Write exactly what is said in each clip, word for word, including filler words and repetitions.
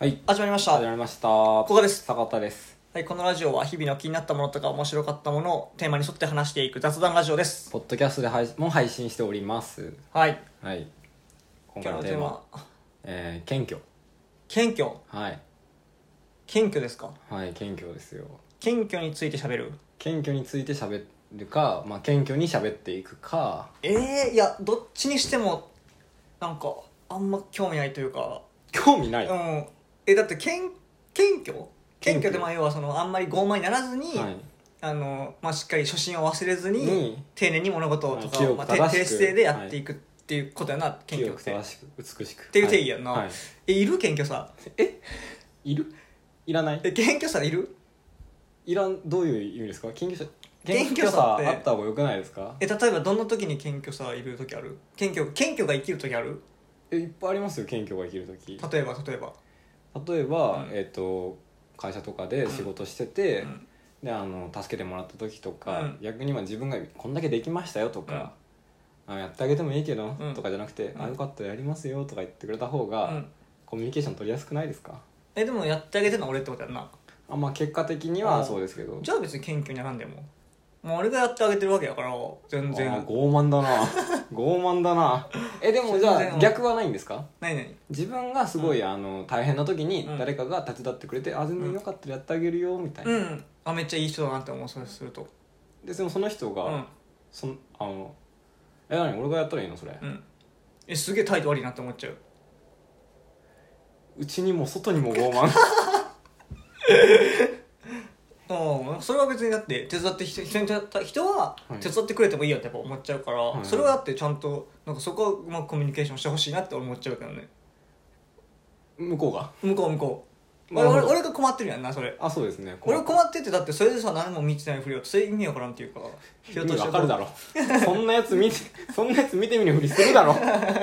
はい、 始まりました。 始まりました。 ここです。 坂田です。 はい、このラジオは日々の気になったものとか面白かったものをテーマに沿って話していく雑談ラジオです。 ポッドキャストで配も配信しております。 はい。 はい。今今日のテー回のテーマ、 マ、 えー、謙虚。 謙虚。 はい。 謙虚ですか？ はい、謙虚ですよ。 謙虚について喋る。 謙虚について喋るか、まあ謙虚に喋っていくか。 えー、いや、どっちにしてもなんかあんま興味ないというか。 興味ない。 うん。え、だって謙謙虚謙虚謙虚でまあ要はそのあんまり傲慢にならずに、 はい。 あのまあ、しっかり初心を忘れずに、 に丁寧に物事とか清を、まあ、 く正しく低姿勢でやっていくっていうことやな、謙虚って清く正しく美しくっていう定義やんな、 はいはい、 えいる謙虚さえいるいらないえ謙虚さいるいらん。どういう意味ですか？謙虚さ謙虚さってあった方がよくないですか？ え例えばどんな時に謙虚さいる時ある？謙虚謙虚が生きる時ある？ えいっぱいありますよ、謙虚が生きる時。 例えば例えば例えば、 うんえー、と会社とかで仕事してて、 うん、 であの助けてもらった時とか、 うん逆にまあ自分がこんだけできましたよとか、あやってあげてもいいけど、 うんとかじゃなくて、 うんあよかったらやりますよとか言ってくれた方が、 うん、 コミュニケーション取りやすくないですか？ えでもやってあげてるのは俺ってことやんな。 あまあ結果的にはそうですけど。 じゃあ別に謙虚にならんでももう俺がやってあげてるわけやから全然。 あ傲慢だな傲慢だな。えでもじゃあ逆はないんですか？ 何何自分がすごい、うん、あの大変な時にうん誰かが手伝ってくれて、あ全然よかったらやってあげるよみたいな、 うん、あめっちゃいい人だなって思う。それするとででもその人が、 うんそんあのえ何俺がやったらいいのそれ、 うん、えすげえ態度悪いなって思っちゃう。 うちにも外にも傲慢うん、それは別にだって手伝って人人に手伝った人は手伝ってくれてもいいよってやっぱ思っちゃうから、 はい、 それはだってちゃんとなんかそこはうまくコミュニケーションしてほしいなって思っちゃうけどね。 向こうが向こう向こう俺, 俺, 俺が困ってるやんなそれ。 あそうですね。 俺困っててだってそれでさ何も見てないふりをそれ意味わからんっていうか意味わかるだろそんなやつ見てそんなやつ見てみるふりするだろ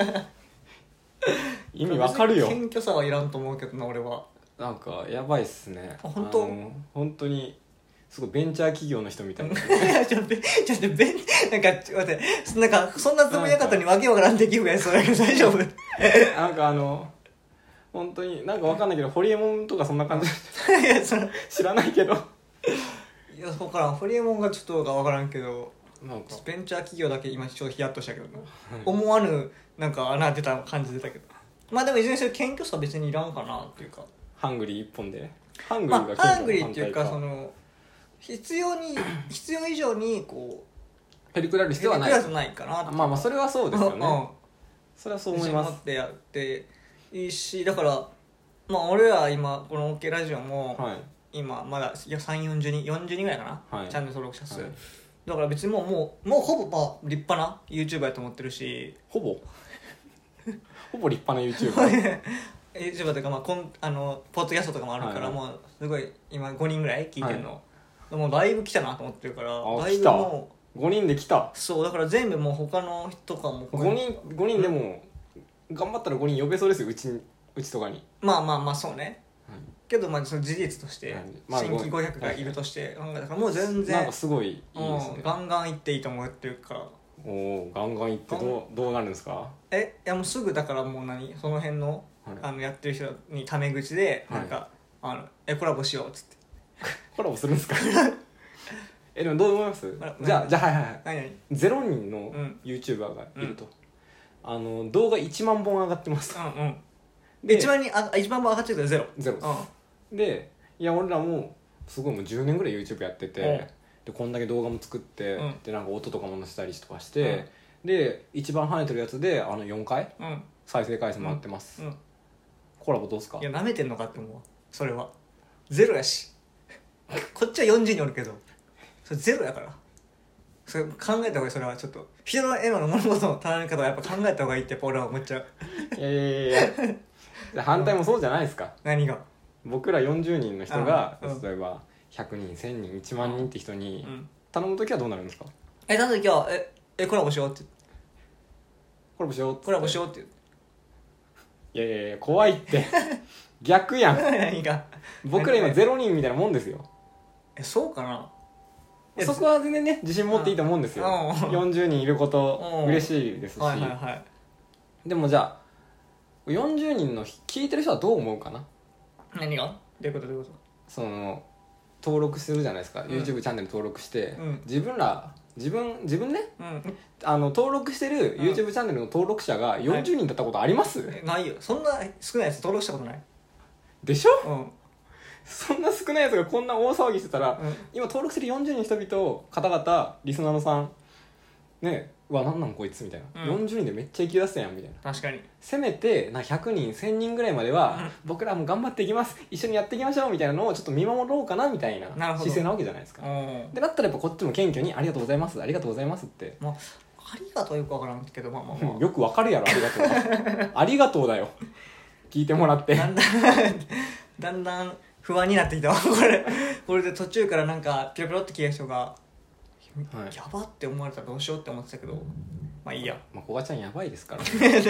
意味わかるよ。 謙虚さはいらんと思うけどな俺は。 なんかやばいっすね。 あ本当？ 本当にすごいベンチャー企業の人みたいなちょっと待ってちょっとベンなんかちょっと待ってなんかそんなつもりなかったのにわけわからんって気分やそうだけど大丈夫なんかあの本当になんかわかんないけどホリエモンとかそんな感じいやその知らないけどいや分からんホリエモンがちょっとが分からんけどなんかベンチャー企業だけ今ちょっとヒヤッとしたけどな思わぬなんか穴出た感じ出たけどまあでもいずれにせよ謙虚さ別にいらんかなっていうかハングリー一本でハングリーがまあ、ハングリーっていうか反対その必要に必要以上にこうへりくだる必要はない。 へりくだらないかなってまあまあそれはそうですよね、うん、それはそう思います。 自信持ってやっていいしだからまあ俺ら今この OK ラジオも、 はい、 今まださんじゅう、よんじゅうにんよんじゅうにんぐらいかな、 はい、 チャンネル登録者数、 はい、 だから別にもうもうもうほぼまあ立派な YouTuber やと思ってるしほぼほぼ立派な YouTuber YouTuber というか、まあ、こんあのポッドキャストとかもあるから、はい、もうすごい今ごにんぐらい聞いてるの、はい、もうだいぶ来たなと思ってるからだいぶもうごにんで来た。 そうだから全部もう他の人とかもごにんごにんでも、うん、頑張ったらごにん呼べそうですようちうちとかに。 まあまあまあそうね、 はい、 けどまあその事実として、はいまあ、新規ごひゃくがいるとして、はい、だからもう全然なんかすごいいいですね。 ガンガンいっていいと思ってるから。 おおガンガンいってどうどうなるんですか？ えいやもうすぐだからもう何その辺の、はい、あのやってる人にタメ口でなんか、はい、あのえコラボしようっつってコラボするんですかえでもどう思います？じゃあじゃあはいはいはい何何ゼロにんの YouTuber がいると、うん、あの動画いちまんぼん上がってますうんうんでいちまんにあいちまんぼん上がってるけどゼロゼロです、うん、でいや俺らもすごいもうじゅうねんぐらい YouTube やってて、うん、でこんだけ動画も作って、うん、でなんか音とかも載せたりとかして、うん、で一番跳ねてるやつであのよんかい、うん、再生回数回ってます、うんうん、コラボどうすか？ いや舐めてんのかって思うそれはゼロやしこっちはよんじゅうにんおるけどそれゼロやからそれ考えた方がいい。それはちょっと人の絵の物事の頼み方はやっぱ考えた方がいいってやっぱ俺は思っちゃういやいやいやいや反対もそうじゃないですか何が僕らよんじゅうにんの人が、うん、例えばひゃくにんせんにんいちまんにんって人に頼むときはどうなるんですか？ え頼むときはええコラボしようってコラボしようってコラボしようっていやいやいや怖いって逆やん何が僕ら今ゼロにんみたいなもんですよ。 えそうかな。 そこは全然ね自信持っていいと思うんですよ、うん、よんじゅうにんいること嬉しいですし、 はいはいはい、 でもじゃあよんじゅうにんの聞いてる人はどう思うかな。 何がどういうことどういうこその登録するじゃないですか、 ん YouTube チャンネル登録して、 うん自分ら自分自分ねとうんあの登録してる YouTube チャンネルの登録者がよんじゅうにんだったことあります、 えないよそんな少ないやつ登録したことないでしょ。 うんそんな少ないやつがこんな大騒ぎしてたら、 うん今登録してるよんじゅうにんの人々方々リスナーのさんねうわなんなんこいつみたいな、 うんよんじゅうにんでめっちゃ生き出したやんみたいな。 確かにせめてなひゃくにんせんにんぐらいまでは、 うん僕らも頑張っていきます一緒にやっていきましょうみたいなのをちょっと見守ろうかなみたいななるほど姿勢なわけじゃないですか。 うんでだったらやっぱこっちも謙虚にありがとうございますありがとうございますってまあありがとうよくわからんけどまあまあまあよくわかるやろありがとうはありがとうだよ聞いてもらってだんだんだんだん不安になってきたわこれこれで途中からなんかピロピロって消えた人が、 はい、 やばって思われたらどうしようって思ってたけどまあいいやまあこがちゃんやばいですから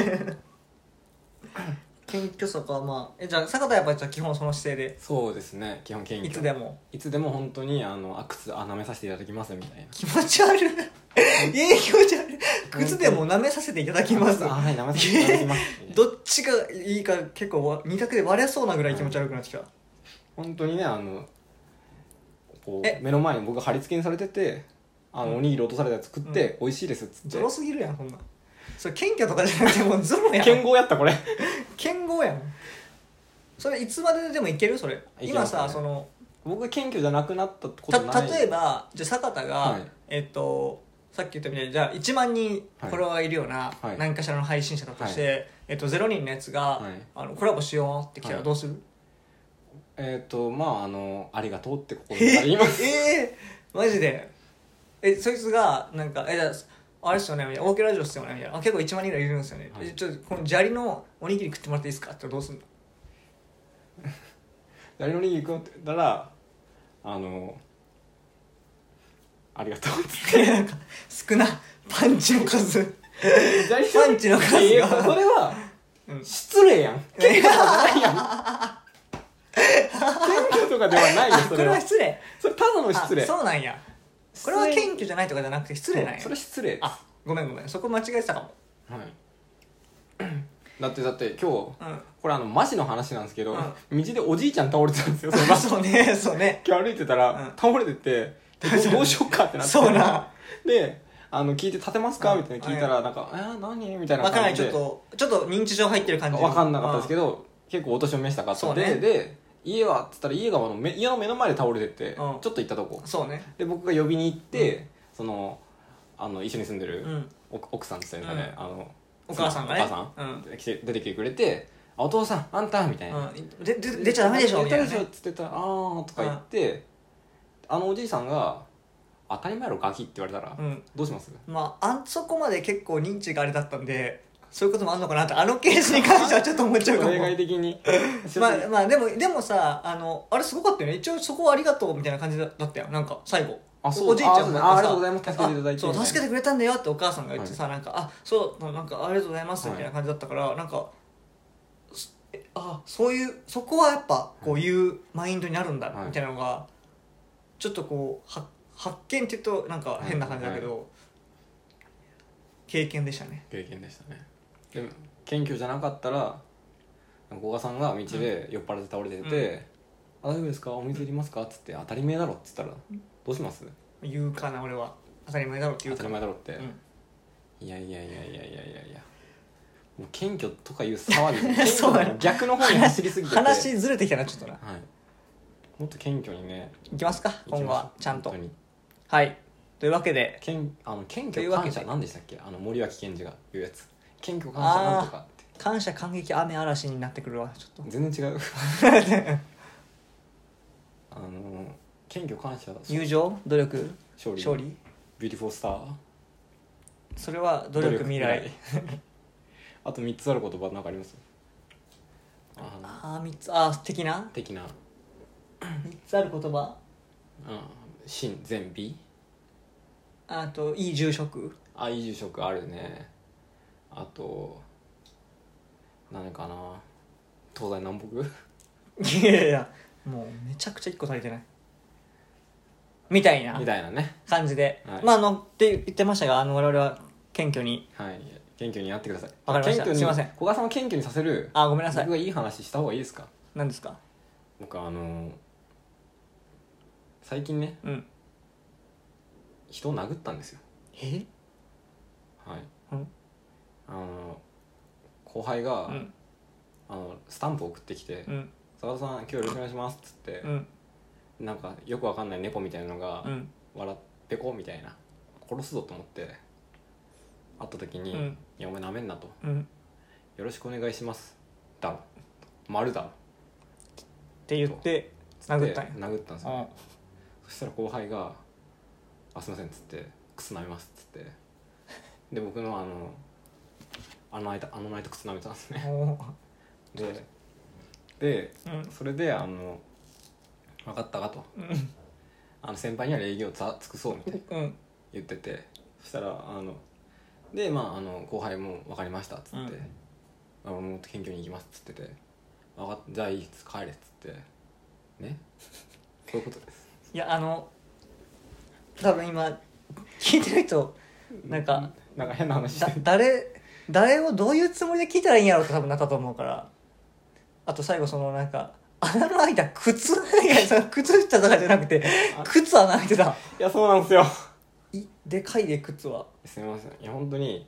謙虚さかまあえじゃあ坂田はやっぱりじゃあ基本その姿勢でそうですね基本謙虚いつでもいつでも本当にあのあ靴あ舐めさせていただきますみたいな気持ち悪いええ気持ち悪い靴でも舐めさせていただきますあはい舐めさせていただきますみたいなどっちがいいか結構二択で割れそうなぐらい気持ち悪くなってきた、 本当にねあのこうえ目の前に僕が貼り付けにされててあのおにぎり落とされたやつ食って、美味しいですっつってゾロすぎるやんそんなそれ謙虚とかじゃなくてもうゾロやん剣豪やったこれ剣豪やんそれいつまででもいけるそれ今いけますねさその僕が謙虚じゃなくなったことないた例えばじゃあ坂田が、 はいえっとさっき言ったみたいにじゃあいちまんにんフォロワーがいるようなはい何かしらの配信者だとして、 はえっと、ゼロにんのやつが、 はいあのコラボしようって来たらはいどうする、 えっ、とまああのありがとうって心えから言いますえー、マジでえそいつがなんかえじゃああれっすよねみたいなオーケーラジオっすよねみたいなあ結構いちまんにんぐらいいるんですよね、 はいえちょっとこの砂利のおにぎり食ってもらっていいですかって言ったらどうすんの誰のにぎり食ってたらあのありがとうっつってなんか少なパンチの数パパンチの数がいやそれはうん失礼やん謙虚とかじゃないやん謙虚とかではないよあこれそれはは失礼それただの失礼あそうなんやこれは謙虚じゃないとかじゃなくて失礼なんやそれ失礼ですあごめんごめんそこ間違えてたかもはいだってだって今日うんこれあのマジの話なんですけど、 うん道でおじいちゃん倒れてたんですよその場所そうねそうね今日歩いてたら、 うん倒れててどうどうしようかってなってそうなであの聞いて立てますか、 うんみたいな聞いたらなんか「えー、何?」みたいな分からないちょっ感じでとちょっと認知症入ってる感じ分かんなかったですけどど結構お年を召した方で、 そうねで家はっつったら家があのめ家の目の前で倒れてて、 うんちょっと行ったとこそうねで僕が呼びに行って、そのあの一緒に住んでるうん奥奥さんですよね、 うんあのお母さんがねお母さん、 うん来て出てきてくれて「あお父さんあんた」みたいなうんでで出ちゃダメでしょみたいなね出たでしょっつってたら「あー」とか言って、あのおじいさんが「当たり前やろガキ」って言われたら、 うんどうします？ まああそこまで結構認知があれだったんでそういうこともあんのかなってあのケースに関してはちょっと思っちゃうかも例外的にまあまあでもでもさあのあれすごかったよね一応そこはありがとうみたいな感じだだったよなんか最後あそうおじいちゃんもああさありがとうございます助けていただいてそう助けてくれたんだよってお母さんが言ってさ、 はなんかあそうなんかありがとうございますみたいな感じだったから、なんかすえあそういうそこはやっぱこういうマインドになるんだはいみたいなのがちょっとこうは発見って言うとなんか変な感じだけど、 は経験でしたね。 経験でしたね。でも謙虚じゃなかったら古賀さんが道で酔っ払って倒れてて「あ大丈夫ですかお水いりますか?」っつって「当たり前だろ」っつったらどうします？ 言うかな俺は当たり前だろって言当たうかり前だろって、 うんいやいやいやいやいやいやいやもう謙虚とかいう騒ぎ謙そう虚の逆の方に走りすぎてて話ずれてきたなちょっとな。 はい、もっと謙虚にねいきますか行きましょう今後はちゃんと本当にはいというわけで謙あの謙というわけで虚感謝何でしたっけあの森脇健児が言うやつ謙虚感謝なんとかって感謝感激雨嵐になってくるわちょっと全然違うあの謙虚感謝友情努力勝利勝利ビューティフォースターそれは努力未来あとみっつある言葉何かあります？あのああみっつあー的な的なみっつある言葉うん真善美あといい住職あいい住職あるねあと何かな東西南北いやいやもうめちゃくちゃいっこ足りてないみたいなみたいなね感じで、 はいまああのって言ってましたがあの我々は謙虚にはい謙虚にやってくださいわかりました謙虚にすいません古賀さんを謙虚にさせるあごめんなさい僕がいい話した方がいいですか？ 何ですか？ 僕あの最近ねうん人を殴ったんですよ。 えはい、 うんあの後輩が、 うんあのスタンプを送ってきてうん 「坂田さん今日よろしくお願いします」っつって、 うんなんかよくわかんない猫みたいなのが、 うん笑っペコみたいな殺すぞと思って会った時に「 うんいやお前なめんな」とうん 「よろしくお願いします」だろ丸だろって言って殴ったんやで殴ったんですよ、 うんそしたら後輩が「あすいません」っつって「靴舐めます」っつってで僕のあの穴開いた穴の開いた靴舐めたんですねおででうんそれであの「分かったか」とうんあの先輩には礼儀を尽くそうみたいなうん言ってて、そしたらあのでまああの後輩も「分かりました」っつってうん 「あのもっと謙虚に行きます」っつってて「分かっじゃあいいっす帰れ」っつってねそういうことです。 いやあの多分今聞いてる人なんかなんか変な話しだて誰誰をどういうつもりで聞いたらいいんやろうって多分なったと思うから、あと最後そのなんか穴の開いた靴いやその靴下とかじゃなくて靴穴開いてたいやそうなんですよ。 いでかいで靴はすみません、いや本当に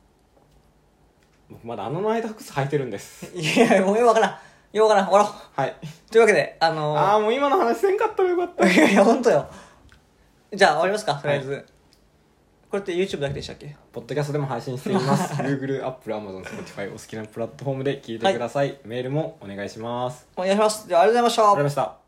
僕まだ穴の開いた靴履いてるんです。 いやもうよくわからんよくわからん終わろはい。 うというわけであのー、 ああもう今の話せんかったらよかった。 いやいや本当よ。じゃあ終わりますかとりあえず、はい、これって YouTube だけでしたっけ？ ポッドキャストでも配信しています。Google、Apple、Amazon、Spotify お好きなプラットフォームで聞いてください、はい、メールもお願いします。 お願いします。ではありがとうございました。 ありがとうございました。